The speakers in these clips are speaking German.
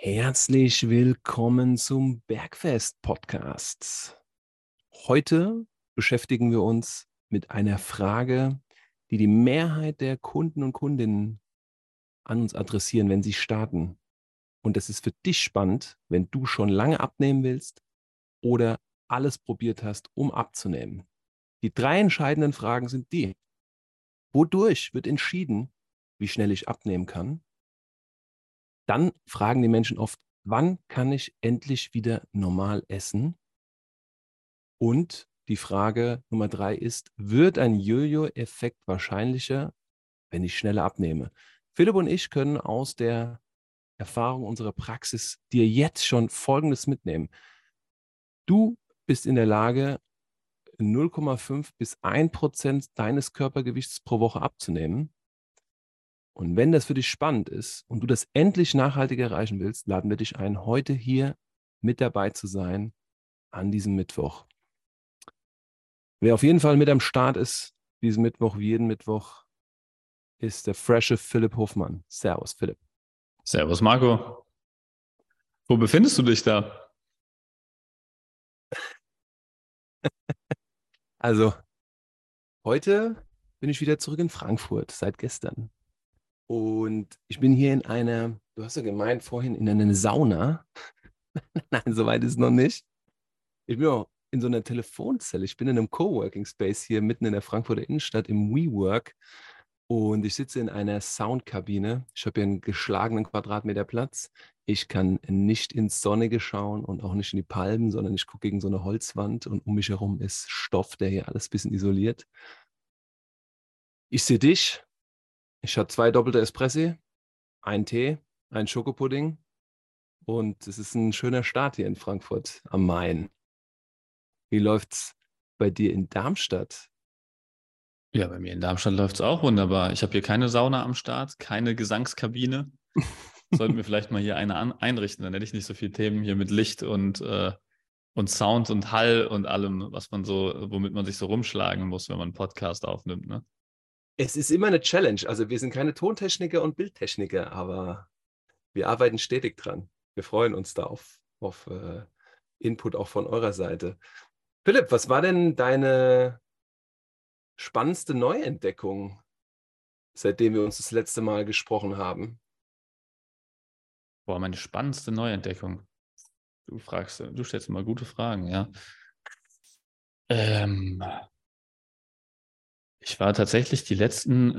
Herzlich willkommen zum Bergfest-Podcast. Heute beschäftigen wir uns mit einer Frage, die die Mehrheit der Kunden und Kundinnen an uns adressieren, wenn sie starten. Und das ist für dich spannend, wenn du schon lange abnehmen willst oder alles probiert hast, um abzunehmen. Die drei entscheidenden Fragen sind die: Wodurch wird entschieden, wie schnell ich abnehmen kann? Dann fragen die Menschen oft, wann kann ich endlich wieder normal essen? Und die Frage Nummer 3 ist, wird ein Jojo-Effekt wahrscheinlicher, wenn ich schneller abnehme? Philipp und ich können aus der Erfahrung unserer Praxis dir jetzt schon Folgendes mitnehmen. Du bist in der Lage, 0,5 bis 1% deines Körpergewichts pro Woche abzunehmen. Und wenn das für dich spannend ist und du das endlich nachhaltig erreichen willst, laden wir dich ein, heute hier mit dabei zu sein an diesem Mittwoch. Wer auf jeden Fall mit am Start ist, diesen Mittwoch, wie jeden Mittwoch, ist der frische Philipp Hofmann. Servus, Philipp. Servus, Marco. Wo befindest du dich da? Also, heute bin ich wieder zurück in Frankfurt, seit gestern. Und ich bin hier in einer, du hast ja gemeint vorhin, in einer Sauna. Nein, soweit ist es noch nicht. Ich bin auch in so einer Telefonzelle. Ich bin in einem Coworking Space hier mitten in der Frankfurter Innenstadt im WeWork. Und ich sitze in einer Soundkabine. Ich habe hier einen geschlagenen Quadratmeter Platz. Ich kann nicht ins Sonnige schauen und auch nicht in die Palmen, sondern ich gucke gegen so eine Holzwand und um mich herum ist Stoff, der hier alles ein bisschen isoliert. Ich sehe dich. Ich habe 2 doppelte Espressi, einen Tee, einen Schokopudding und es ist ein schöner Start hier in Frankfurt am Main. Wie läuft's bei dir in Darmstadt? Ja, bei mir in Darmstadt läuft es auch wunderbar. Ich habe hier keine Sauna am Start, keine Gesangskabine. Sollten wir vielleicht mal hier eine einrichten, dann hätte ich nicht so viele Themen hier mit Licht und Sound und Hall und allem, womit man sich so rumschlagen muss, wenn man einen Podcast aufnimmt, ne? Es ist immer eine Challenge. Also wir sind keine Tontechniker und Bildtechniker, aber wir arbeiten stetig dran. Wir freuen uns da auf Input auch von eurer Seite. Philipp, was war denn deine spannendste Neuentdeckung, seitdem wir uns das letzte Mal gesprochen haben? Boah, meine spannendste Neuentdeckung. Du stellst immer gute Fragen, ja. Ähm, Ich war tatsächlich die letzten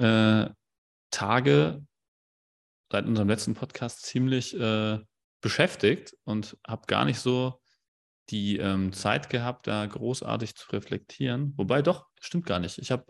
Tage seit unserem letzten Podcast ziemlich beschäftigt und habe gar nicht so die Zeit gehabt, da großartig zu reflektieren. Wobei doch, stimmt gar nicht. Ich habe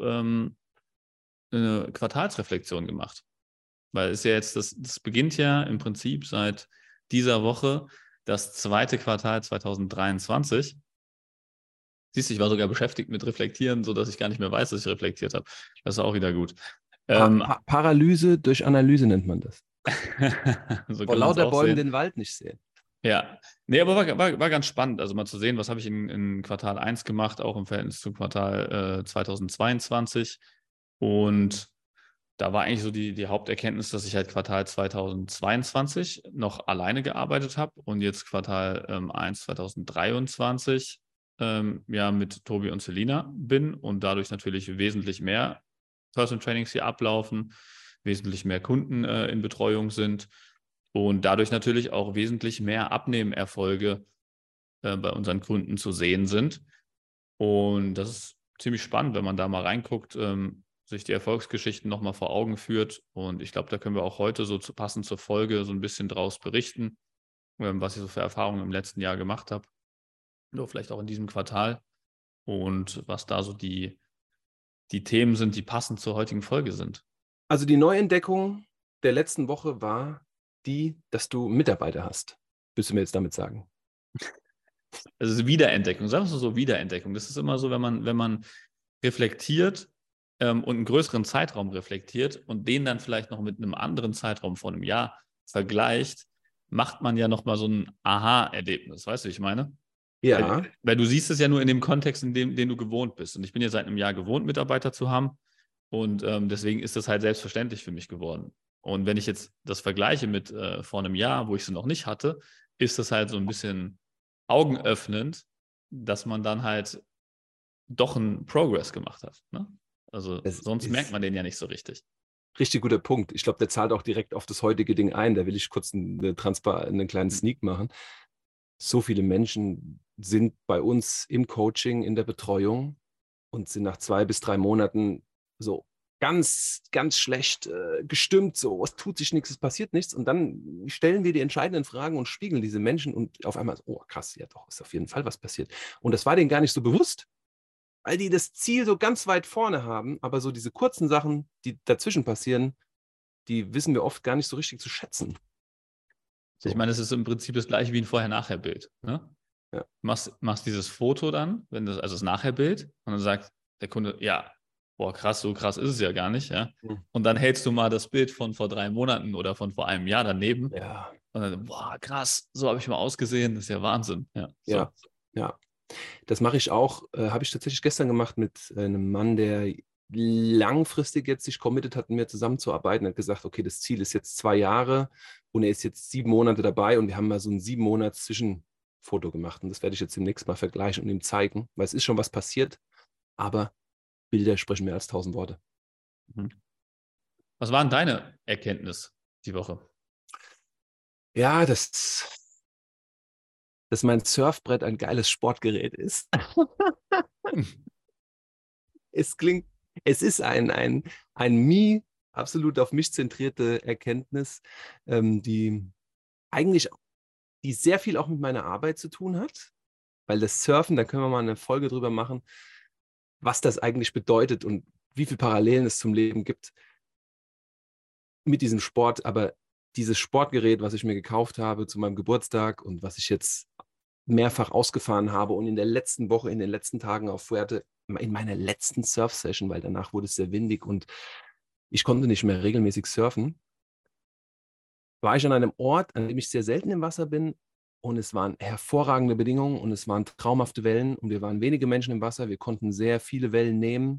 eine Quartalsreflexion gemacht. Weil es ja jetzt, das beginnt ja im Prinzip seit dieser Woche das zweite Quartal 2023. Siehst du, ich war sogar beschäftigt mit Reflektieren, sodass ich gar nicht mehr weiß, dass ich reflektiert habe. Das ist auch wieder gut. Paralyse durch Analyse nennt man das. So Vor kann man es lauter auch Bäumen sehen. den Wald nicht sehen. Ja, nee, aber war ganz spannend, also mal zu sehen, was habe ich in Quartal 1 gemacht, auch im Verhältnis zum Quartal 2022. Und da war eigentlich so die Haupterkenntnis, dass ich halt Quartal 2022 noch alleine gearbeitet habe und jetzt Quartal 1 2023 ja mit Tobi und Selina bin und dadurch natürlich wesentlich mehr Personal Trainings hier ablaufen, wesentlich mehr Kunden in Betreuung sind und dadurch natürlich auch wesentlich mehr Abnehmerfolge bei unseren Kunden zu sehen sind. Und das ist ziemlich spannend, wenn man da mal reinguckt, sich die Erfolgsgeschichten nochmal vor Augen führt. Und ich glaube, da können wir auch heute so passend zur Folge so ein bisschen draus berichten, was ich so für Erfahrungen im letzten Jahr gemacht habe. Oder vielleicht auch in diesem Quartal. Und was da so die Themen sind, die passend zur heutigen Folge sind. Also die Neuentdeckung der letzten Woche war die, dass du Mitarbeiter hast. Willst du mir jetzt damit sagen? Also Wiederentdeckung, sagen wir es so, Wiederentdeckung. Das ist immer so, wenn man reflektiert und einen größeren Zeitraum reflektiert und den dann vielleicht noch mit einem anderen Zeitraum vor einem Jahr vergleicht, macht man ja nochmal so ein Aha-Erlebnis. Weißt du, wie ich meine? Ja. Weil du siehst es ja nur in dem Kontext, in dem den du gewohnt bist. Und ich bin ja seit einem Jahr gewohnt, Mitarbeiter zu haben. Und deswegen ist das halt selbstverständlich für mich geworden. Und wenn ich jetzt das vergleiche mit vor einem Jahr, wo ich sie noch nicht hatte, ist das halt so ein bisschen augenöffnend, dass man dann halt doch einen Progress gemacht hat. Ne? Also Das sonst merkt ist man den ja nicht so richtig. richtig guter Punkt. Ich glaube, der zahlt auch direkt auf das heutige Ding ein. Da will ich kurz einen kleinen Sneak machen. So viele Menschen sind bei uns im Coaching, in der Betreuung und sind nach 2 bis 3 Monaten so ganz, ganz schlecht gestimmt. So, es tut sich nichts, es passiert nichts. Und dann stellen wir die entscheidenden Fragen und spiegeln diese Menschen und auf einmal, oh krass, ja doch, ist auf jeden Fall was passiert. Und das war denen gar nicht so bewusst, weil die das Ziel so ganz weit vorne haben. Aber so diese kurzen Sachen, die dazwischen passieren, die wissen wir oft gar nicht so richtig zu schätzen. Ich So, meine, es ist im Prinzip das gleiche wie ein Vorher-Nachher-Bild. Ne? ja. Machst dieses Foto dann, also das Nachher-Bild, und dann sagt der Kunde, ja, boah, krass, so krass ist es ja gar nicht, ja. Hm. Und dann hältst du mal das Bild von vor 3 Monaten oder von vor einem Jahr daneben Ja, und dann, boah, krass, so habe ich mal ausgesehen, das ist ja Wahnsinn. Ja, so. ja, ja. Das mache ich auch, habe ich tatsächlich gestern gemacht mit einem Mann, der langfristig jetzt sich committed hat, mit mir zusammenzuarbeiten. Er hat gesagt, okay, das Ziel ist jetzt 2 Jahre und er ist jetzt 7 Monate dabei und wir haben mal so ein 7 Monats Zwischenfoto gemacht und das werde ich jetzt demnächst mal vergleichen und ihm zeigen, weil es ist schon was passiert, aber Bilder sprechen mehr als 1000 Worte. Mhm. Was war denn deine Erkenntnis die Woche? Ja, dass mein Surfbrett ein geiles Sportgerät ist. Es klingt, es ist ein absolut auf mich zentrierte Erkenntnis, die eigentlich, die sehr viel auch mit meiner Arbeit zu tun hat, weil das Surfen, da können wir mal eine Folge drüber machen, was das eigentlich bedeutet und wie viele Parallelen es zum Leben gibt mit diesem Sport. Aber dieses Sportgerät, was ich mir gekauft habe zu meinem Geburtstag und was ich jetzt mehrfach ausgefahren habe und in der letzten Woche, in den letzten Tagen auf Fuerte, in meiner letzten Surf-Session, weil danach wurde es sehr windig und ich konnte nicht mehr regelmäßig surfen, war ich an einem Ort, an dem ich sehr selten im Wasser bin und es waren hervorragende Bedingungen und es waren traumhafte Wellen und wir waren wenige Menschen im Wasser, wir konnten sehr viele Wellen nehmen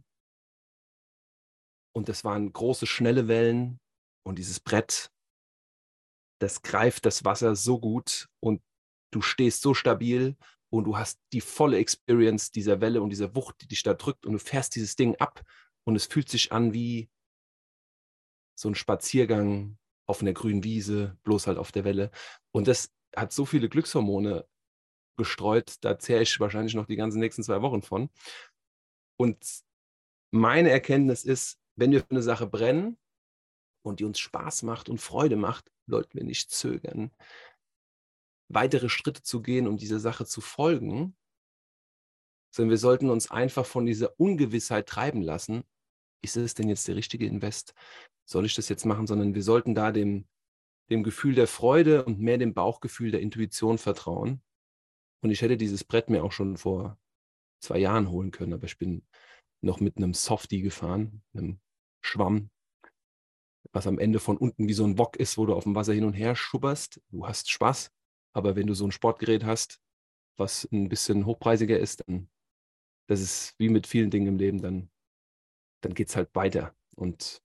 und das waren große, schnelle Wellen und dieses Brett, das greift das Wasser so gut und du stehst so stabil und du hast die volle Experience dieser Welle und dieser Wucht, die dich da drückt und du fährst dieses Ding ab und es fühlt sich an wie so ein Spaziergang auf einer grünen Wiese, bloß halt auf der Welle. Und das hat so viele Glückshormone gestreut, da zehre ich wahrscheinlich noch die ganzen nächsten 2 Wochen von. Und meine Erkenntnis ist, wenn wir für eine Sache brennen und die uns Spaß macht und Freude macht, sollten wir nicht zögern, weitere Schritte zu gehen, um dieser Sache zu folgen, sondern wir sollten uns einfach von dieser Ungewissheit treiben lassen. Ist es denn jetzt der richtige Invest? Soll ich das jetzt machen? Sondern wir sollten da dem Gefühl der Freude und mehr dem Bauchgefühl der Intuition vertrauen. Und ich hätte dieses Brett mir auch schon vor 2 Jahren holen können, aber ich bin noch mit einem Softie gefahren, einem Schwamm, was am Ende von unten wie so ein Wok ist, wo du auf dem Wasser hin und her schubberst. Du hast Spaß, aber wenn du so ein Sportgerät hast, was ein bisschen hochpreisiger ist, dann das ist wie mit vielen Dingen im Leben, dann geht es halt weiter. Und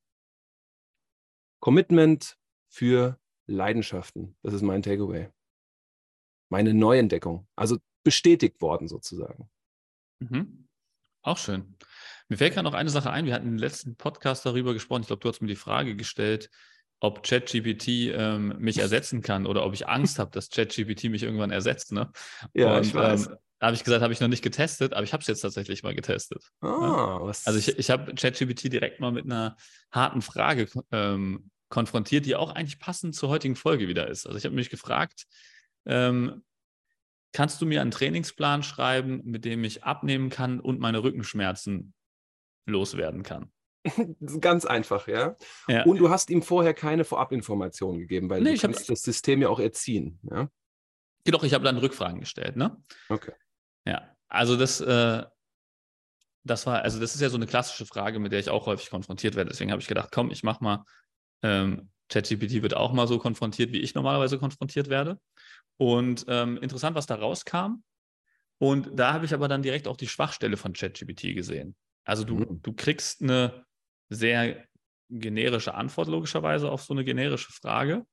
Commitment für Leidenschaften, das ist mein Takeaway. Meine Neuentdeckung, also bestätigt worden sozusagen. Mhm. Auch schön. Mir fällt gerade noch eine Sache ein. Wir hatten im letzten Podcast darüber gesprochen. Ich glaube, du hast mir die Frage gestellt, ob ChatGPT mich ersetzen kann oder ob ich Angst habe, dass ChatGPT mich irgendwann ersetzt. Ne? Ja, ich Und weiß. da habe ich gesagt, habe ich noch nicht getestet, aber ich habe es jetzt tatsächlich mal getestet. Ja? Also Was? ich habe ChatGPT direkt mal mit einer harten Frage konfrontiert, die auch eigentlich passend zur heutigen Folge wieder ist. Also ich habe mich gefragt, kannst du mir einen Trainingsplan schreiben, mit dem ich abnehmen kann und meine Rückenschmerzen loswerden kann? Ganz einfach, ja. Ja, Und du hast ihm vorher keine Vorabinformationen gegeben, weil nee, du kannst das System ja auch erziehen. Ja? jedoch, ich habe dann Rückfragen gestellt, ne? Okay. Ja, also also das ist ja so eine klassische Frage, mit der ich auch häufig konfrontiert werde. Deswegen habe ich gedacht, komm, ich mache mal, ChatGPT wird auch mal so konfrontiert, wie ich normalerweise konfrontiert werde. Und interessant, was da rauskam. Und da habe ich aber dann direkt auch die Schwachstelle von ChatGPT gesehen. Also Mhm. du kriegst eine sehr generische Antwort logischerweise auf so eine generische Frage,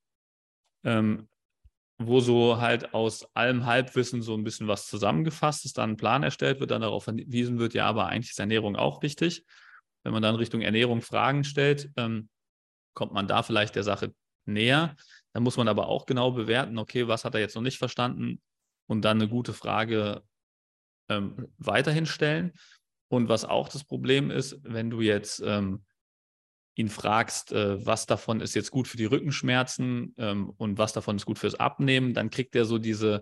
wo so halt aus allem Halbwissen so ein bisschen was zusammengefasst ist, dann ein Plan erstellt wird, dann darauf verwiesen wird, ja, aber eigentlich ist Ernährung auch wichtig. Wenn man dann Richtung Ernährung Fragen stellt, kommt man da vielleicht der Sache näher. Dann muss man aber auch genau bewerten, okay, was hat er jetzt noch nicht verstanden und dann eine gute Frage weiterhin stellen. Und was auch das Problem ist, wenn du jetzt ihn fragst, was davon ist jetzt gut für die Rückenschmerzen und was davon ist gut fürs Abnehmen, dann kriegt er so diese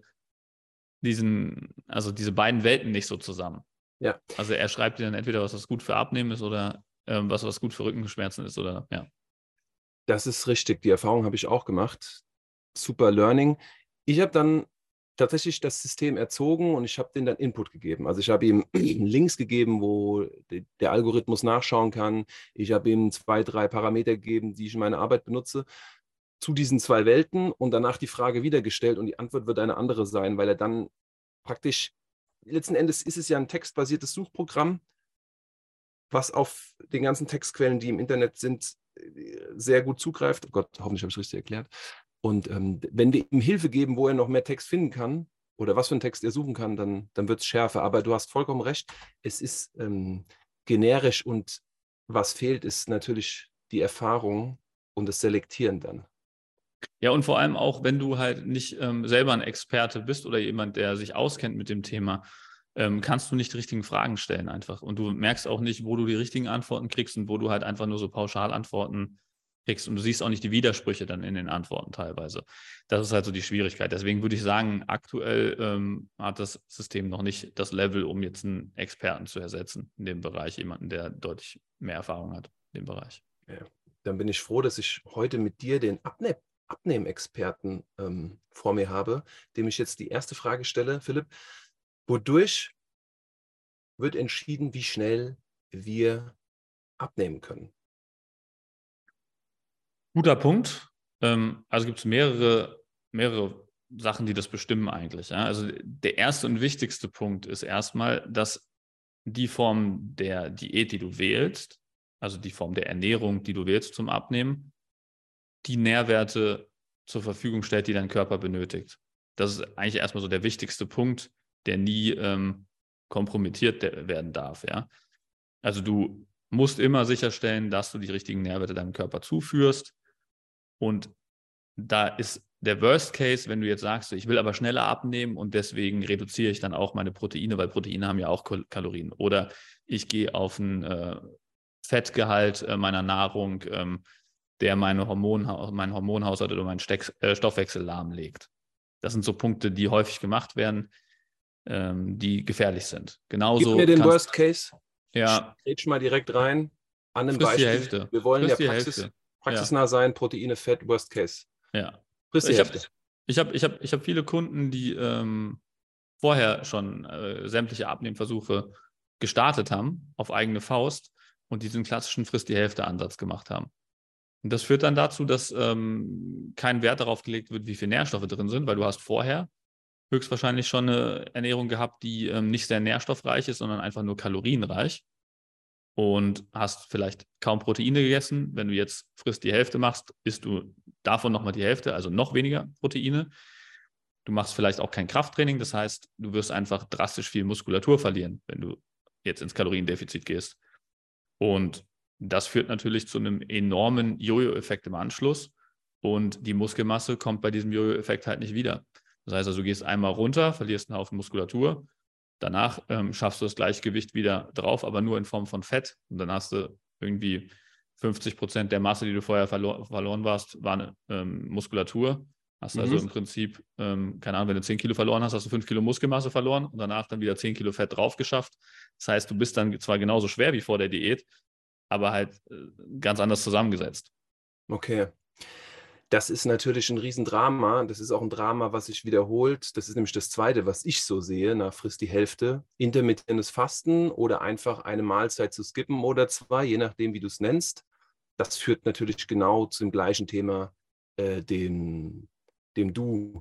beiden Welten nicht so zusammen. Ja. Also er schreibt dir dann entweder, was gut für Abnehmen ist oder was gut für Rückenschmerzen ist oder ja. Das ist richtig. Die Erfahrung habe ich auch gemacht. Super Learning. Ich habe dann tatsächlich das System erzogen und ich habe denen dann Input gegeben. Also ich habe ihm Links gegeben, wo der Algorithmus nachschauen kann. Ich habe ihm 2, 3 Parameter gegeben, die ich in meiner Arbeit benutze, zu diesen 2 Welten und danach die Frage wieder gestellt und die Antwort wird eine andere sein, weil er dann praktisch, letzten Endes ist es ja ein textbasiertes Suchprogramm, was auf den ganzen Textquellen, die im Internet sind, sehr gut zugreift. Oh Gott, hoffentlich habe ich es richtig erklärt. Und wenn wir ihm Hilfe geben, wo er noch mehr Text finden kann oder was für einen Text er suchen kann, dann wird es schärfer. Aber du hast vollkommen recht, es ist generisch und was fehlt, ist natürlich die Erfahrung und das Selektieren dann. Ja, und vor allem auch, wenn du halt nicht selber ein Experte bist oder jemand, der sich auskennt mit dem Thema, kannst du nicht die richtigen Fragen stellen einfach. Und du merkst auch nicht, wo du die richtigen Antworten kriegst und wo du halt einfach nur so Pauschalantworten kriegst. Und du siehst auch nicht die Widersprüche dann in den Antworten teilweise. Das ist halt so die Schwierigkeit. Deswegen würde ich sagen, aktuell hat das System noch nicht das Level, um jetzt einen Experten zu ersetzen in dem Bereich, jemanden, der deutlich mehr Erfahrung hat in dem Bereich. Ja, dann bin ich froh, dass ich heute mit dir den Abnehmexperten vor mir habe, dem ich jetzt die erste Frage stelle, Philipp. Wodurch wird entschieden, wie schnell wir abnehmen können? Guter Punkt. Also gibt es mehrere Sachen, die das bestimmen eigentlich. Ja? Also der erste und wichtigste Punkt ist erstmal, dass die Form der Diät, die du wählst, also die Form der Ernährung, die du wählst zum Abnehmen, die Nährwerte zur Verfügung stellt, die dein Körper benötigt. Das ist eigentlich erstmal so der wichtigste Punkt, der nie kompromittiert werden darf. Ja? Also du musst immer sicherstellen, dass du die richtigen Nährwerte deinem Körper zuführst. Und da ist der Worst Case, wenn du jetzt sagst, ich will aber schneller abnehmen und deswegen reduziere ich dann auch meine Proteine, weil Proteine haben ja auch Kalorien. Oder ich gehe auf einen Fettgehalt meiner Nahrung, der meinen Hormonhaushalt oder meinen Stoffwechsel lahmlegt. Das sind so Punkte, die häufig gemacht werden, die gefährlich sind. Genauso Gib mir den Worst Case. Ja. Grätsch mal direkt rein. An einem Friss die Beispiel. Hälfte. Wir wollen Friss ja die Hälfte. praxisnah sein, Proteine, Fett, Worst Case. Ja. Friss die Hälfte. Ich hab viele Kunden, die vorher schon sämtliche Abnehmversuche gestartet haben, auf eigene Faust und diesen klassischen Friss-die-Hälfte-Ansatz gemacht haben. Und das führt dann dazu, dass kein Wert darauf gelegt wird, wie viele Nährstoffe drin sind, weil du hast vorher höchstwahrscheinlich schon eine Ernährung gehabt, die nicht sehr nährstoffreich ist, sondern einfach nur kalorienreich und hast vielleicht kaum Proteine gegessen. Wenn du jetzt Friss die Hälfte machst, isst du davon nochmal die Hälfte, also noch weniger Proteine. Du machst vielleicht auch kein Krafttraining, das heißt, du wirst einfach drastisch viel Muskulatur verlieren, wenn du jetzt ins Kaloriendefizit gehst. Und das führt natürlich zu einem enormen Jojo-Effekt im Anschluss und die Muskelmasse kommt bei diesem Jojo-Effekt halt nicht wieder. Das heißt also, du gehst einmal runter, verlierst einen Haufen Muskulatur, danach schaffst du das Gleichgewicht wieder drauf, aber nur in Form von Fett und dann hast du irgendwie 50% der Masse, die du vorher verloren warst, war Muskulatur. Hast also im Prinzip, keine Ahnung, wenn du 10 Kilo verloren hast, hast du 5 Kilo Muskelmasse verloren und danach dann wieder 10 Kilo Fett drauf geschafft. Das heißt, du bist dann zwar genauso schwer wie vor der Diät, aber halt ganz anders zusammengesetzt. Okay. Das ist natürlich ein Riesendrama. Das ist auch ein Drama, was sich wiederholt. Das ist nämlich das Zweite, was ich so sehe, nach Friss die Hälfte. Intermittierendes Fasten oder einfach eine Mahlzeit zu skippen oder 2, je nachdem, wie du es nennst. Das führt natürlich genau zum gleichen Thema, von dem du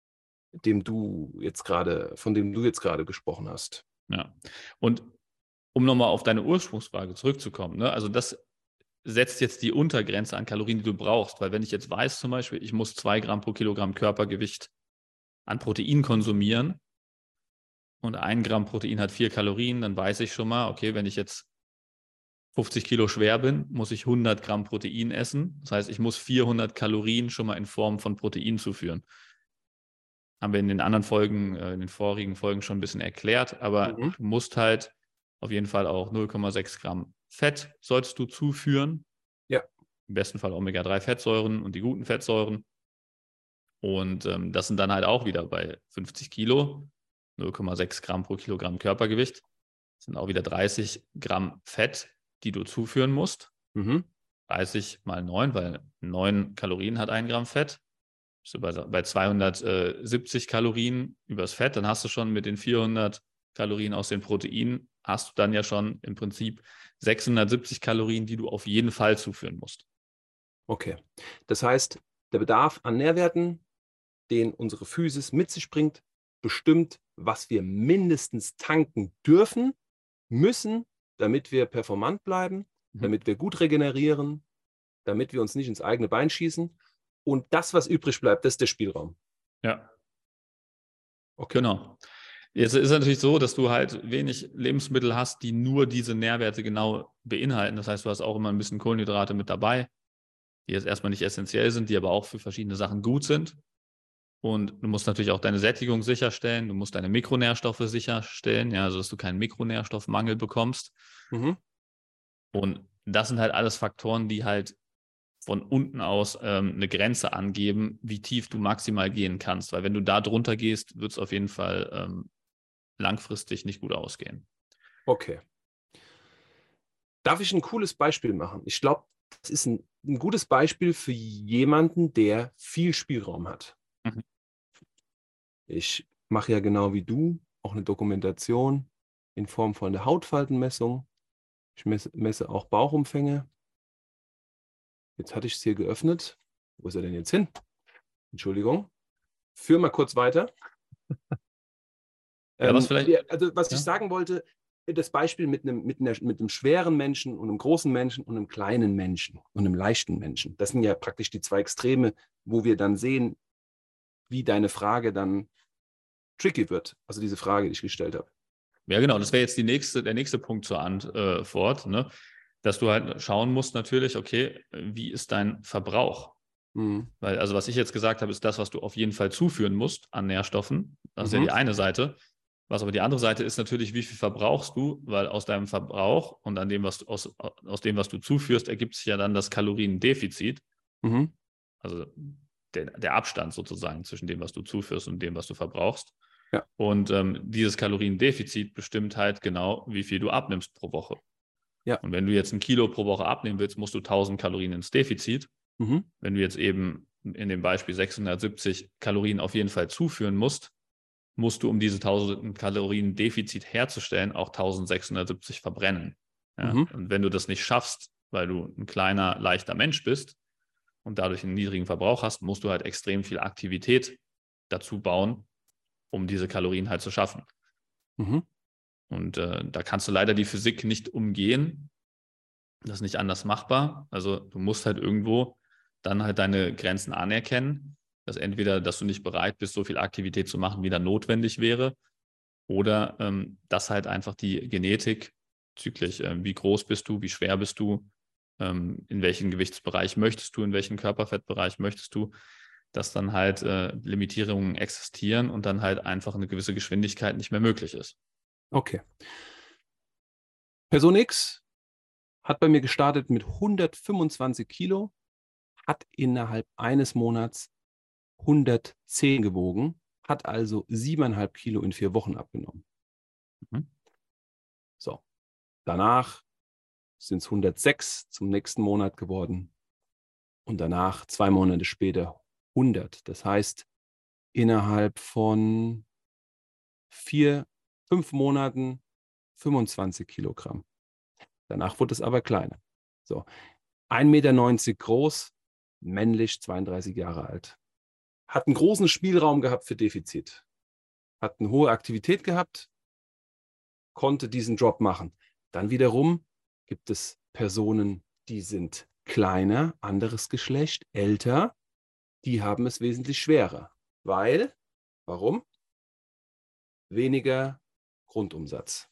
jetzt gerade gesprochen hast. Ja. Und um nochmal auf deine Ursprungsfrage zurückzukommen, ne? Also das setzt jetzt die Untergrenze an Kalorien, die du brauchst. Weil wenn ich jetzt weiß zum Beispiel, ich muss 2 Gramm pro Kilogramm Körpergewicht an Protein konsumieren und 1 Gramm Protein hat 4 Kalorien, dann weiß ich schon mal, okay, wenn ich jetzt 50 Kilo schwer bin, muss ich 100 Gramm Protein essen. Das heißt, ich muss 400 Kalorien schon mal in Form von Protein zuführen. Haben wir in den anderen Folgen, in den vorigen Folgen schon ein bisschen erklärt, aber du musst halt auf jeden Fall auch 0,6 Gramm Fett solltest du zuführen. Ja. Im besten Fall Omega-3-Fettsäuren und die guten Fettsäuren. Und das sind dann halt auch wieder bei 50 Kilo, 0,6 Gramm pro Kilogramm Körpergewicht. Das sind auch wieder 30 Gramm Fett, die du zuführen musst. 30 mal 9, weil 9 Kalorien hat 1 Gramm Fett. Bist du bei 270 Kalorien übers Fett, dann hast du schon mit den 400 Kalorien aus den Proteinen, hast du dann ja schon im Prinzip 670 Kalorien, die du auf jeden Fall zuführen musst. Okay. Das heißt, der Bedarf an Nährwerten, den unsere Physis mit sich bringt, bestimmt, was wir mindestens tanken dürfen, müssen, damit wir performant bleiben, damit wir gut regenerieren, damit wir uns nicht ins eigene Bein schießen. Und das, was übrig bleibt, das ist der Spielraum. Ja. Okay. Genau. Jetzt ist es natürlich so, dass du halt wenig Lebensmittel hast, die nur diese Nährwerte genau beinhalten. Das heißt, du hast auch immer ein bisschen Kohlenhydrate mit dabei, die jetzt erstmal nicht essentiell sind, die aber auch für verschiedene Sachen gut sind. Und du musst natürlich auch deine Sättigung sicherstellen, du musst deine Mikronährstoffe sicherstellen, ja, also dass du keinen Mikronährstoffmangel bekommst. Und das sind halt alles Faktoren, die halt von unten aus eine Grenze angeben, wie tief du maximal gehen kannst. Weil wenn du da drunter gehst, wird es auf jeden Fall langfristig nicht gut ausgehen. Okay. Darf ich ein cooles Beispiel machen? Ich glaube, das ist ein gutes Beispiel für jemanden, der viel Spielraum hat. Ich mache ja genau wie du auch eine Dokumentation in Form von der Hautfaltenmessung. Ich messe auch Bauchumfänge. Jetzt hatte ich es hier geöffnet. Wo ist er denn jetzt hin? Entschuldigung. Führ mal kurz weiter. Ja, was ich sagen wollte, das Beispiel mit einem schweren Menschen und einem großen Menschen und einem kleinen Menschen und einem leichten Menschen. Das sind ja praktisch die zwei Extreme, wo wir dann sehen, wie deine Frage dann tricky wird. Also diese Frage, die ich gestellt habe. Ja, genau. Das wäre jetzt der nächste Punkt zur Antwort, ne? Dass du halt schauen musst natürlich, okay, wie ist dein Verbrauch? Weil, also was ich jetzt gesagt habe, ist das, was du auf jeden Fall zuführen musst an Nährstoffen. Das ist ja die eine Seite. Was aber die andere Seite ist natürlich, wie viel verbrauchst du, weil aus deinem Verbrauch und an dem, aus dem, was du zuführst, ergibt sich ja dann das Kaloriendefizit. Also der Abstand sozusagen zwischen dem, was du zuführst und dem, was du verbrauchst. Ja. Und dieses Kaloriendefizit bestimmt halt genau, wie viel du abnimmst pro Woche. Ja. Und wenn du jetzt 1 Kilo pro Woche abnehmen willst, musst du 1000 Kalorien ins Defizit. Wenn du jetzt eben in dem Beispiel 670 Kalorien auf jeden Fall zuführen musst du, um diese 1000 Kalorien Defizit herzustellen, auch 1670 verbrennen. Ja? Und wenn du das nicht schaffst, weil du ein kleiner, leichter Mensch bist und dadurch einen niedrigen Verbrauch hast, musst du halt extrem viel Aktivität dazu bauen, um diese Kalorien halt zu schaffen. Und da kannst du leider die Physik nicht umgehen. Das ist nicht anders machbar. Also du musst halt irgendwo dann halt deine Grenzen anerkennen, dass du nicht bereit bist, so viel Aktivität zu machen, wie da notwendig wäre, oder dass halt einfach die Genetik zyklisch, wie groß bist du, wie schwer bist du, in welchem Gewichtsbereich möchtest du, in welchem Körperfettbereich möchtest du, dass dann halt Limitierungen existieren und dann halt einfach eine gewisse Geschwindigkeit nicht mehr möglich ist. Okay. Person X hat bei mir gestartet mit 125 Kilo, hat innerhalb eines Monats 110 gewogen, hat also 7,5 Kilo in 4 Wochen abgenommen. So, danach sind es 106 zum nächsten Monat geworden und danach 2 Monate später 100. Das heißt, innerhalb von 5 Monaten 25 Kilogramm. Danach wurde es aber kleiner. So, 1,90 Meter groß, männlich, 32 Jahre alt. Hat einen großen Spielraum gehabt für Defizit. Hat eine hohe Aktivität gehabt, konnte diesen Job machen. Dann wiederum gibt es Personen, die sind kleiner, anderes Geschlecht, älter, die haben es wesentlich schwerer. Warum? Weniger Grundumsatz.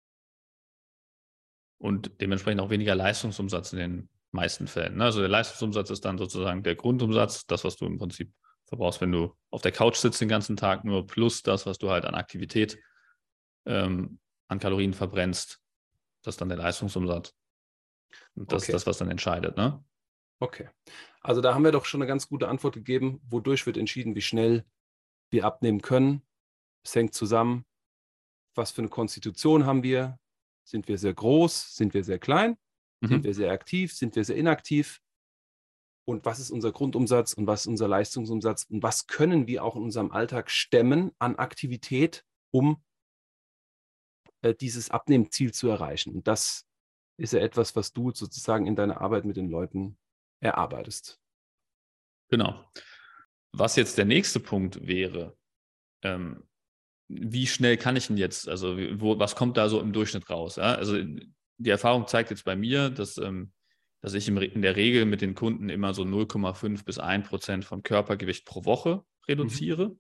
Und dementsprechend auch weniger Leistungsumsatz in den meisten Fällen. Ne? Also der Leistungsumsatz ist dann sozusagen der Grundumsatz, das, was du im Prinzip verbrauchst, wenn du auf der Couch sitzt den ganzen Tag, nur plus das, was du halt an Aktivität, an Kalorien verbrennst. Das ist dann der Leistungsumsatz. Und das ist das, was dann entscheidet, ne? Okay. Also da haben wir doch schon eine ganz gute Antwort gegeben. Wodurch wird entschieden, wie schnell wir abnehmen können? Es hängt zusammen, was für eine Konstitution haben wir? Sind wir sehr groß? Sind wir sehr klein? Sind wir sehr aktiv? Sind wir sehr inaktiv? Und was ist unser Grundumsatz und was ist unser Leistungsumsatz? Und was können wir auch in unserem Alltag stemmen an Aktivität, um dieses Abnehmziel zu erreichen? Und das ist ja etwas, was du sozusagen in deiner Arbeit mit den Leuten erarbeitest. Genau. Was jetzt der nächste Punkt wäre, wie schnell kann ich denn jetzt, also was kommt da so im Durchschnitt raus? Ja? Also die Erfahrung zeigt jetzt bei mir, dass ich in der Regel mit den Kunden immer so 0,5 bis 1% vom Körpergewicht pro Woche reduziere.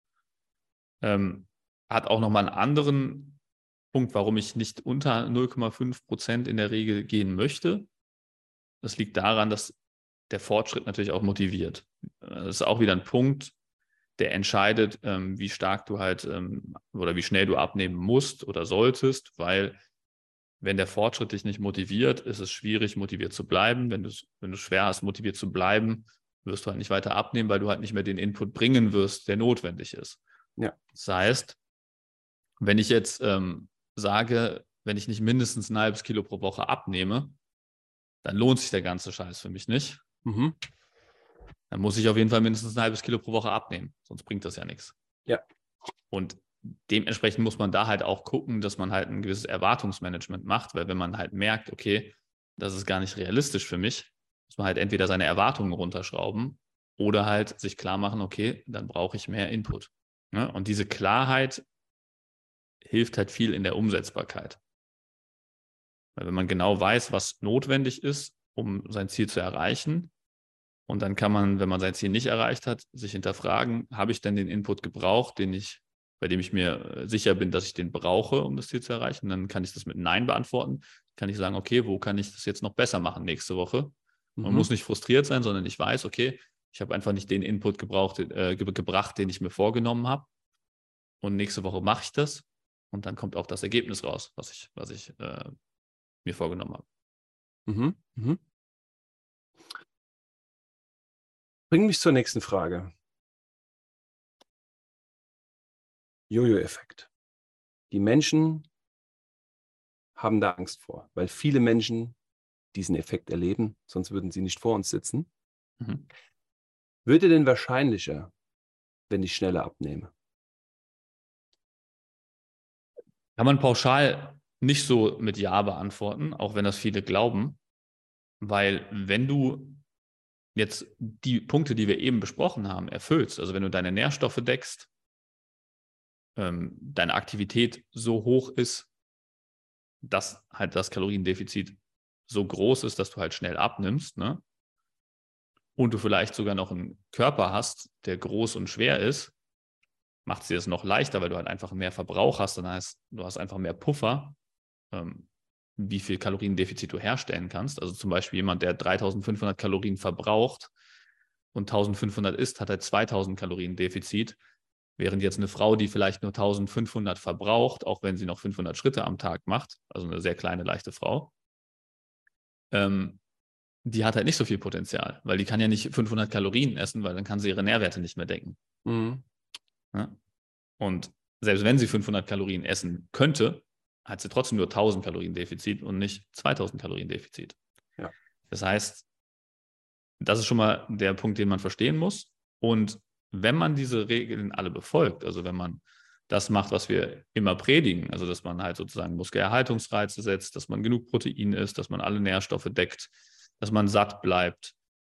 Hat auch nochmal einen anderen Punkt, warum ich nicht unter 0,5% in der Regel gehen möchte. Das liegt daran, dass der Fortschritt natürlich auch motiviert. Das ist auch wieder ein Punkt, der entscheidet, wie stark du halt oder wie schnell du abnehmen musst oder solltest, weil wenn der Fortschritt dich nicht motiviert, ist es schwierig, motiviert zu bleiben. Wenn du schwer hast, motiviert zu bleiben, wirst du halt nicht weiter abnehmen, weil du halt nicht mehr den Input bringen wirst, der notwendig ist. Ja. Das heißt, wenn ich jetzt sage, wenn ich nicht mindestens ein halbes Kilo pro Woche abnehme, dann lohnt sich der ganze Scheiß für mich nicht. Dann muss ich auf jeden Fall mindestens ein halbes Kilo pro Woche abnehmen, sonst bringt das ja nichts. Ja. Und dementsprechend muss man da halt auch gucken, dass man halt ein gewisses Erwartungsmanagement macht, weil wenn man halt merkt, okay, das ist gar nicht realistisch für mich, muss man halt entweder seine Erwartungen runterschrauben oder halt sich klar machen, okay, dann brauche ich mehr Input. Ne? Und diese Klarheit hilft halt viel in der Umsetzbarkeit. Weil wenn man genau weiß, was notwendig ist, um sein Ziel zu erreichen, und dann kann man, wenn man sein Ziel nicht erreicht hat, sich hinterfragen, habe ich denn den Input gebraucht, bei dem ich mir sicher bin, dass ich den brauche, um das Ziel zu erreichen? Dann kann ich das mit Nein beantworten. Kann ich sagen, okay, wo kann ich das jetzt noch besser machen nächste Woche? Man muss nicht frustriert sein, sondern ich weiß, okay, ich habe einfach nicht den Input gebracht, den ich mir vorgenommen habe. Und nächste Woche mache ich das. Und dann kommt auch das Ergebnis raus, was ich mir vorgenommen habe. Bring mich zur nächsten Frage. Jojo-Effekt. Die Menschen haben da Angst vor, weil viele Menschen diesen Effekt erleben, sonst würden sie nicht vor uns sitzen. Wird er denn wahrscheinlicher, wenn ich schneller abnehme? Kann man pauschal nicht so mit Ja beantworten, auch wenn das viele glauben, weil wenn du jetzt die Punkte, die wir eben besprochen haben, erfüllst, also wenn du deine Nährstoffe deckst, deine Aktivität so hoch ist, dass halt das Kaloriendefizit so groß ist, dass du halt schnell abnimmst, ne? Und du vielleicht sogar noch einen Körper hast, der groß und schwer ist, macht es dir das noch leichter, weil du halt einfach mehr Verbrauch hast. Dann heißt, du hast einfach mehr Puffer, wie viel Kaloriendefizit du herstellen kannst. Also zum Beispiel jemand, der 3500 Kalorien verbraucht und 1500 isst, hat halt 2000 Kalorien Defizit. Während jetzt eine Frau, die vielleicht nur 1500 verbraucht, auch wenn sie noch 500 Schritte am Tag macht, also eine sehr kleine, leichte Frau, die hat halt nicht so viel Potenzial, weil die kann ja nicht 500 Kalorien essen, weil dann kann sie ihre Nährwerte nicht mehr decken. Ja? Und selbst wenn sie 500 Kalorien essen könnte, hat sie trotzdem nur 1000 Kalorien Defizit und nicht 2000 Kalorien Defizit. Ja. Das heißt, das ist schon mal der Punkt, den man verstehen muss. Und wenn man diese Regeln alle befolgt, also wenn man das macht, was wir immer predigen, also dass man halt sozusagen Muskelerhaltungsreize setzt, dass man genug Protein isst, dass man alle Nährstoffe deckt, dass man satt bleibt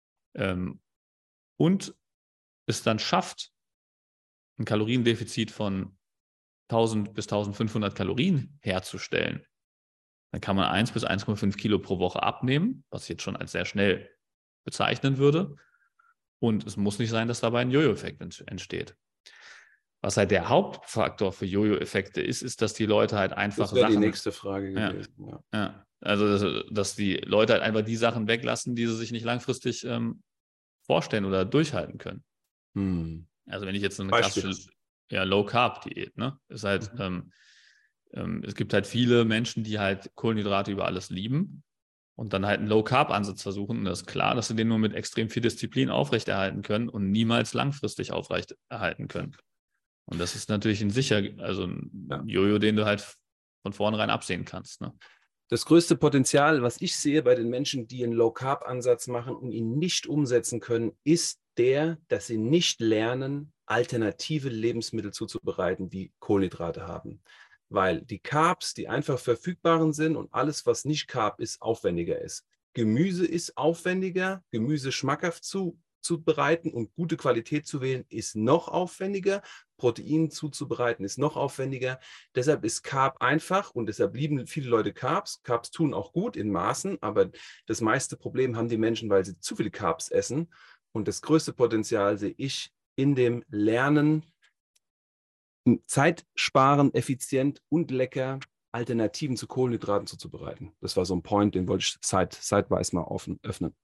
und es dann schafft, ein Kaloriendefizit von 1000 bis 1500 Kalorien herzustellen, dann kann man 1 bis 1,5 Kilo pro Woche abnehmen, was ich jetzt schon als sehr schnell bezeichnen würde. Und es muss nicht sein, dass dabei ein Jojo-Effekt entsteht. Was halt der Hauptfaktor für Jojo-Effekte ist, dass die Leute halt einfach Das wäre die Sachen. nächste Frage gewesen. Ja, ja. Also, dass die Leute halt einfach die Sachen weglassen, die sie sich nicht langfristig vorstellen oder durchhalten können. Hm. Also, wenn ich jetzt so eine Beispiel. klassische Low-Carb-Diät, ne, ist halt, es gibt halt viele Menschen, die halt Kohlenhydrate über alles lieben und dann halt einen Low-Carb-Ansatz versuchen. Und das ist klar, dass sie den nur mit extrem viel Disziplin aufrechterhalten können und niemals langfristig aufrechterhalten können. Und das ist natürlich ein Jojo, den du halt von vornherein absehen kannst. Ne? Das größte Potenzial, was ich sehe bei den Menschen, die einen Low-Carb-Ansatz machen und ihn nicht umsetzen können, ist dass sie nicht lernen, alternative Lebensmittel zuzubereiten, die Kohlenhydrate haben. Weil die Carbs, die einfach verfügbaren sind und alles, was nicht Carb ist, aufwendiger ist. Gemüse ist aufwendiger, Gemüse schmackhaft zubereiten und gute Qualität zu wählen, ist noch aufwendiger. Protein zuzubereiten ist noch aufwendiger. Deshalb ist Carb einfach und deshalb lieben viele Leute Carbs. Carbs tun auch gut in Maßen, aber das meiste Problem haben die Menschen, weil sie zu viele Carbs essen. Und das größte Potenzial sehe ich in dem Lernen, Zeit sparen, effizient und lecker Alternativen zu Kohlenhydraten zuzubereiten. Das war so ein Point, den wollte ich zeitweise mal öffnen.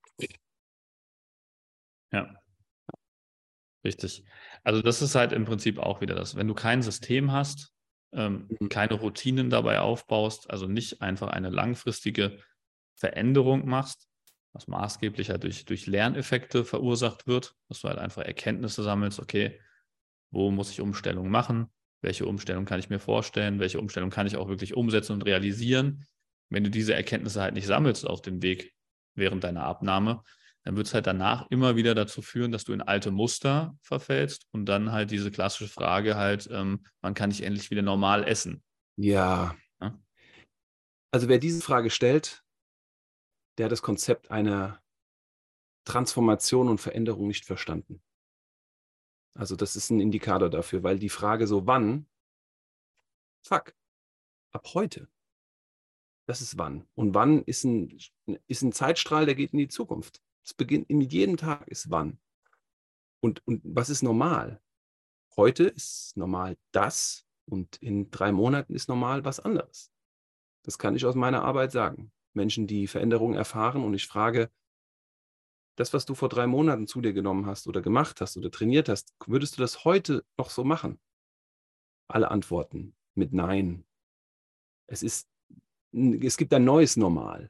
Ja, richtig. Also das ist halt im Prinzip auch wieder das. Wenn du kein System hast, keine Routinen dabei aufbaust, also nicht einfach eine langfristige Veränderung machst, was maßgeblich halt durch Lerneffekte verursacht wird, dass du halt einfach Erkenntnisse sammelst, okay, wo muss ich Umstellungen machen, welche Umstellung kann ich mir vorstellen, welche Umstellung kann ich auch wirklich umsetzen und realisieren. Wenn du diese Erkenntnisse halt nicht sammelst auf dem Weg während deiner Abnahme, dann wird es halt danach immer wieder dazu führen, dass du in alte Muster verfällst und dann halt diese klassische Frage halt, wann kann ich endlich wieder normal essen? Ja. Ja? Also wer diese Frage stellt, der hat das Konzept einer Transformation und Veränderung nicht verstanden. Also das ist ein Indikator dafür, weil die Frage so, wann? Fuck, ab heute. Das ist wann. Und wann ist ein Zeitstrahl, der geht in die Zukunft. Es beginnt mit jedem Tag ist wann. Und was ist normal? Heute ist normal das und in 3 Monaten ist normal was anderes. Das kann ich aus meiner Arbeit sagen. Menschen, die Veränderungen erfahren und ich frage, das, was du vor 3 Monaten zu dir genommen hast oder gemacht hast oder trainiert hast, würdest du das heute noch so machen? Alle antworten mit Nein. Es gibt ein neues Normal.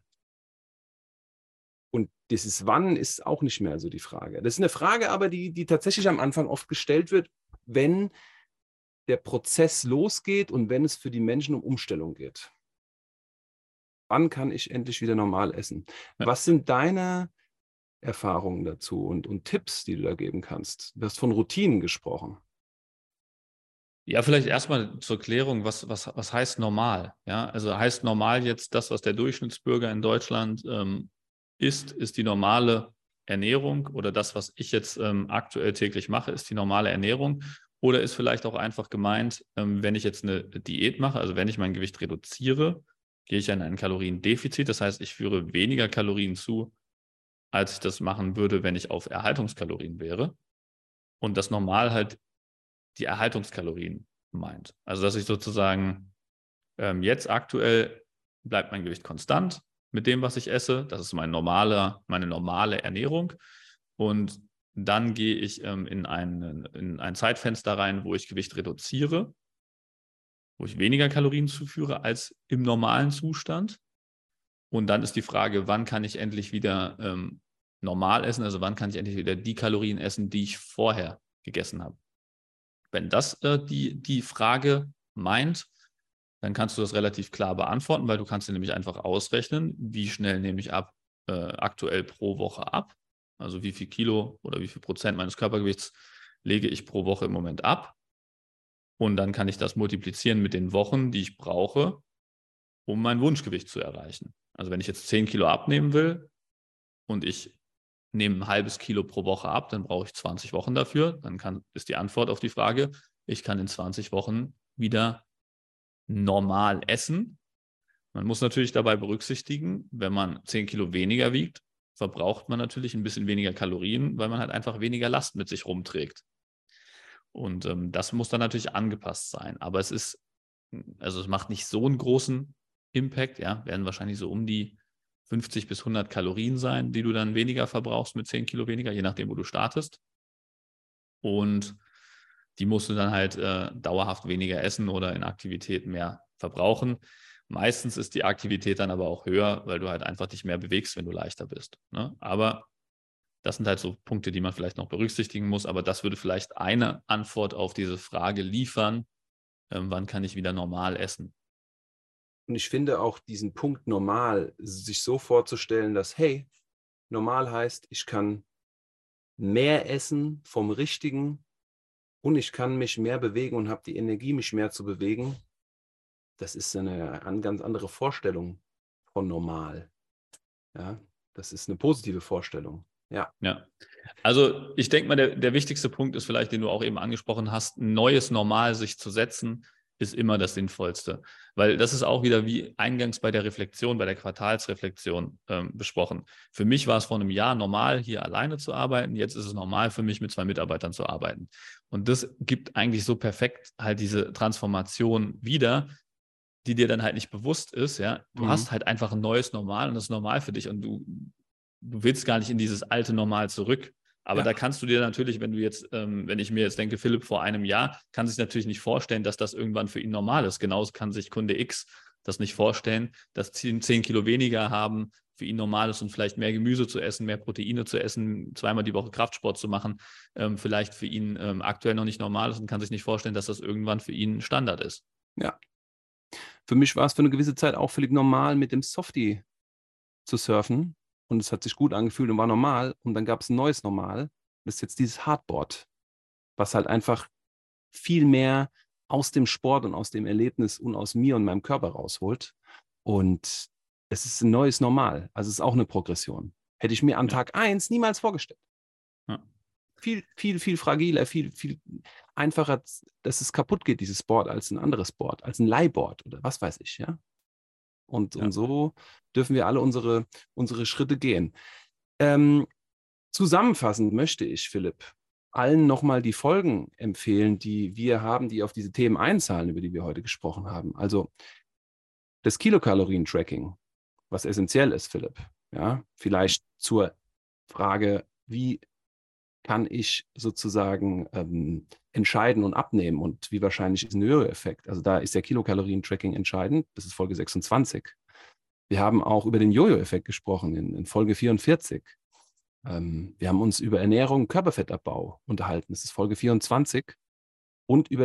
Und dieses Wann ist auch nicht mehr so die Frage. Das ist eine Frage aber, die tatsächlich am Anfang oft gestellt wird, wenn der Prozess losgeht und wenn es für die Menschen um Umstellung geht. Wann kann ich endlich wieder normal essen? Ja. Was sind deine Erfahrungen dazu und Tipps, die du da geben kannst? Du hast von Routinen gesprochen. Ja, vielleicht erstmal zur Klärung, was heißt normal? Ja, also heißt normal jetzt das, was der Durchschnittsbürger in Deutschland ist die normale Ernährung oder das, was ich jetzt aktuell täglich mache, ist die normale Ernährung? Oder ist vielleicht auch einfach gemeint, wenn ich jetzt eine Diät mache, also wenn ich mein Gewicht reduziere, gehe ich in ein Kaloriendefizit. Das heißt, ich führe weniger Kalorien zu, als ich das machen würde, wenn ich auf Erhaltungskalorien wäre. Und das normal halt die Erhaltungskalorien meint. Also dass ich sozusagen jetzt aktuell bleibt mein Gewicht konstant mit dem, was ich esse. Das ist meine normale Ernährung. Und dann gehe ich in ein Zeitfenster rein, wo ich Gewicht reduziere, wo ich weniger Kalorien zuführe als im normalen Zustand. Und dann ist die Frage, wann kann ich endlich wieder normal essen? Also wann kann ich endlich wieder die Kalorien essen, die ich vorher gegessen habe? Wenn das die Frage meint, dann kannst du das relativ klar beantworten, weil du kannst dir nämlich einfach ausrechnen, wie schnell nehme ich aktuell pro Woche ab. Also wie viel Kilo oder wie viel Prozent meines Körpergewichts lege ich pro Woche im Moment ab. Und dann kann ich das multiplizieren mit den Wochen, die ich brauche, um mein Wunschgewicht zu erreichen. Also wenn ich jetzt 10 Kilo abnehmen will und ich nehme ein halbes Kilo pro Woche ab, dann brauche ich 20 Wochen dafür. Dann ist die Antwort auf die Frage, ich kann in 20 Wochen wieder normal essen. Man muss natürlich dabei berücksichtigen, wenn man 10 Kilo weniger wiegt, verbraucht man natürlich ein bisschen weniger Kalorien, weil man halt einfach weniger Last mit sich rumträgt. Und das muss dann natürlich angepasst sein. Aber es macht nicht so einen großen Impact, ja, werden wahrscheinlich so um die 50 bis 100 Kalorien sein, die du dann weniger verbrauchst mit 10 Kilo weniger, je nachdem, wo du startest. Und die musst du dann halt dauerhaft weniger essen oder in Aktivität mehr verbrauchen. Meistens ist die Aktivität dann aber auch höher, weil du halt einfach dich mehr bewegst, wenn du leichter bist. Ne? Aber das sind halt so Punkte, die man vielleicht noch berücksichtigen muss. Aber das würde vielleicht eine Antwort auf diese Frage liefern, wann kann ich wieder normal essen? Und ich finde auch diesen Punkt normal, sich so vorzustellen, dass, hey, normal heißt, ich kann mehr essen vom Richtigen und ich kann mich mehr bewegen und habe die Energie, mich mehr zu bewegen. Das ist eine ganz andere Vorstellung von normal. Ja, das ist eine positive Vorstellung. Ja. Ja, also ich denke mal, der wichtigste Punkt ist vielleicht, den du auch eben angesprochen hast, ein neues Normal sich zu setzen, ist immer das Sinnvollste. Weil das ist auch wieder wie eingangs bei der Reflexion, bei der Quartalsreflexion besprochen. Für mich war es vor einem Jahr normal, hier alleine zu arbeiten. Jetzt ist es normal für mich, mit 2 Mitarbeitern zu arbeiten. Und das gibt eigentlich so perfekt halt diese Transformation wieder, die dir dann halt nicht bewusst ist. Ja, du hast halt einfach ein neues Normal und das ist normal für dich und du willst gar nicht in dieses alte Normal zurück. Aber da kannst du dir natürlich, wenn du jetzt, wenn ich mir jetzt denke, Philipp vor einem Jahr, kann sich natürlich nicht vorstellen, dass das irgendwann für ihn normal ist. Genauso kann sich Kunde X das nicht vorstellen, dass 10 Kilo weniger haben für ihn normal ist und vielleicht mehr Gemüse zu essen, mehr Proteine zu essen, 2-mal die Woche Kraftsport zu machen, vielleicht für ihn aktuell noch nicht normal ist und kann sich nicht vorstellen, dass das irgendwann für ihn Standard ist. Ja. Für mich war es für eine gewisse Zeit auch völlig normal, mit dem Softie zu surfen. Und es hat sich gut angefühlt und war normal. Und dann gab es ein neues Normal. Das ist jetzt dieses Hardboard, was halt einfach viel mehr aus dem Sport und aus dem Erlebnis und aus mir und meinem Körper rausholt. Und es ist ein neues Normal. Also es ist auch eine Progression. Hätte ich mir an Tag 1 niemals vorgestellt. Ja. Viel, viel, viel fragiler, viel, viel einfacher, dass es kaputt geht, dieses Board, als ein anderes Board, als ein Leihboard oder was weiß ich, ja. Und so dürfen wir alle unsere Schritte gehen. Zusammenfassend möchte ich, Philipp, allen nochmal die Folgen empfehlen, die wir haben, die auf diese Themen einzahlen, über die wir heute gesprochen haben. Also das Kilokalorien-Tracking, was essentiell ist, Philipp. Ja, vielleicht zur Frage, wie kann ich sozusagen entscheiden und abnehmen und wie wahrscheinlich ist ein Jojo-Effekt. Also da ist der Kilokalorien-Tracking entscheidend. Das ist Folge 26. Wir haben auch über den Jojo-Effekt gesprochen in Folge 44. Wir haben uns über Ernährung, Körperfettabbau unterhalten. Das ist Folge 24. Und über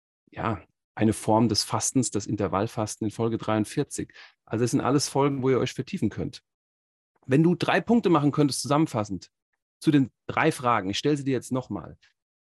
eine Form des Fastens, das Intervallfasten in Folge 43. Also das sind alles Folgen, wo ihr euch vertiefen könnt. Wenn du 3 Punkte machen könntest, zusammenfassend, zu den 3 Fragen, ich stelle sie dir jetzt nochmal.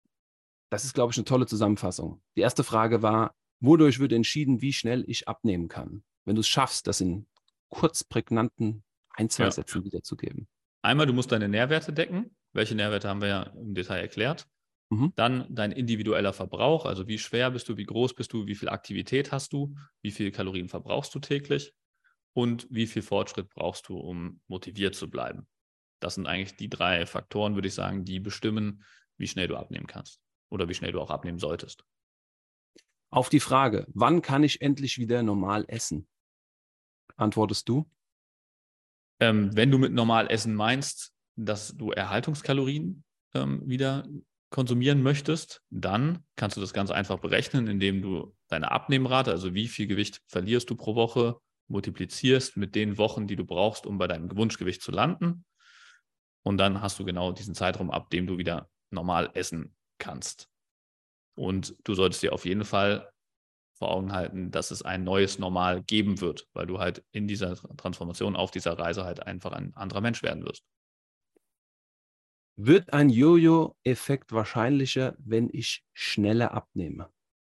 Das ist, glaube ich, eine tolle Zusammenfassung. Die erste Frage war, wodurch wird entschieden, wie schnell ich abnehmen kann? Wenn du es schaffst, das in kurz prägnanten 1-2 Sätzen wiederzugeben. Einmal, du musst deine Nährwerte decken. Welche Nährwerte haben wir ja im Detail erklärt. Dann dein individueller Verbrauch, also wie schwer bist du, wie groß bist du, wie viel Aktivität hast du, wie viele Kalorien verbrauchst du täglich und wie viel Fortschritt brauchst du, um motiviert zu bleiben. Das sind eigentlich die 3 Faktoren, würde ich sagen, die bestimmen, wie schnell du abnehmen kannst oder wie schnell du auch abnehmen solltest. Auf die Frage, wann kann ich endlich wieder normal essen? Antwortest du? Wenn du mit normal essen meinst, dass du Erhaltungskalorien wieder konsumieren möchtest, dann kannst du das ganz einfach berechnen, indem du deine Abnehmrate, also wie viel Gewicht verlierst du pro Woche, multiplizierst mit den Wochen, die du brauchst, um bei deinem Wunschgewicht zu landen. Und dann hast du genau diesen Zeitraum, ab dem du wieder normal essen kannst. Und du solltest dir auf jeden Fall vor Augen halten, dass es ein neues Normal geben wird, weil du halt in dieser Transformation auf dieser Reise halt einfach ein anderer Mensch werden wirst. Wird ein Jojo-Effekt wahrscheinlicher, wenn ich schneller abnehme?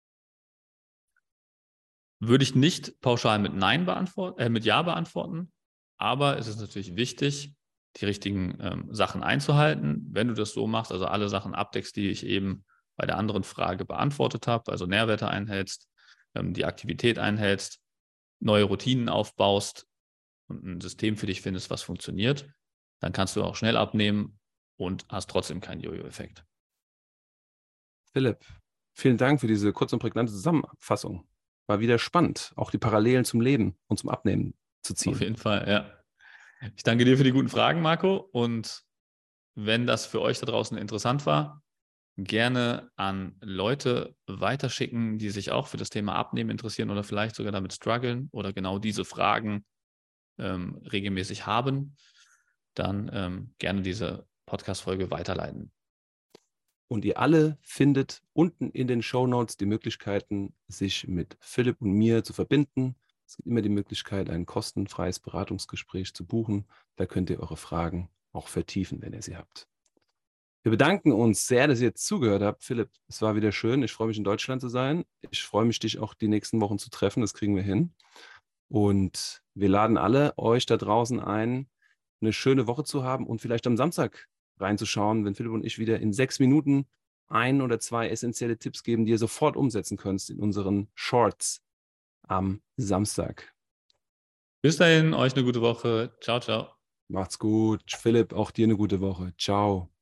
Würde ich nicht pauschal mit Nein mit Ja beantworten, aber es ist natürlich wichtig, die richtigen Sachen einzuhalten. Wenn du das so machst, also alle Sachen abdeckst, die ich eben bei der anderen Frage beantwortet habe, also Nährwerte einhältst, die Aktivität einhältst, neue Routinen aufbaust und ein System für dich findest, was funktioniert, dann kannst du auch schnell abnehmen und hast trotzdem keinen Jojo-Effekt. Philipp, vielen Dank für diese kurze und prägnante Zusammenfassung. War wieder spannend, auch die Parallelen zum Leben und zum Abnehmen zu ziehen. Auf jeden Fall, ja. Ich danke dir für die guten Fragen, Marco. Und wenn das für euch da draußen interessant war, gerne an Leute weiterschicken, die sich auch für das Thema Abnehmen interessieren oder vielleicht sogar damit strugglen oder genau diese Fragen regelmäßig haben. Dann gerne diese Podcast-Folge weiterleiten. Und ihr alle findet unten in den Shownotes die Möglichkeiten, sich mit Philipp und mir zu verbinden. Es gibt immer die Möglichkeit, ein kostenfreies Beratungsgespräch zu buchen. Da könnt ihr eure Fragen auch vertiefen, wenn ihr sie habt. Wir bedanken uns sehr, dass ihr jetzt zugehört habt. Philipp, es war wieder schön. Ich freue mich, in Deutschland zu sein. Ich freue mich, dich auch die nächsten Wochen zu treffen. Das kriegen wir hin. Und wir laden alle euch da draußen ein, eine schöne Woche zu haben und vielleicht am Samstag reinzuschauen, wenn Philipp und ich wieder in 6 Minuten 1 oder 2 essentielle Tipps geben, die ihr sofort umsetzen könnt in unseren Shorts am Samstag. Bis dahin, euch eine gute Woche. Ciao, ciao. Macht's gut. Philipp, auch dir eine gute Woche. Ciao.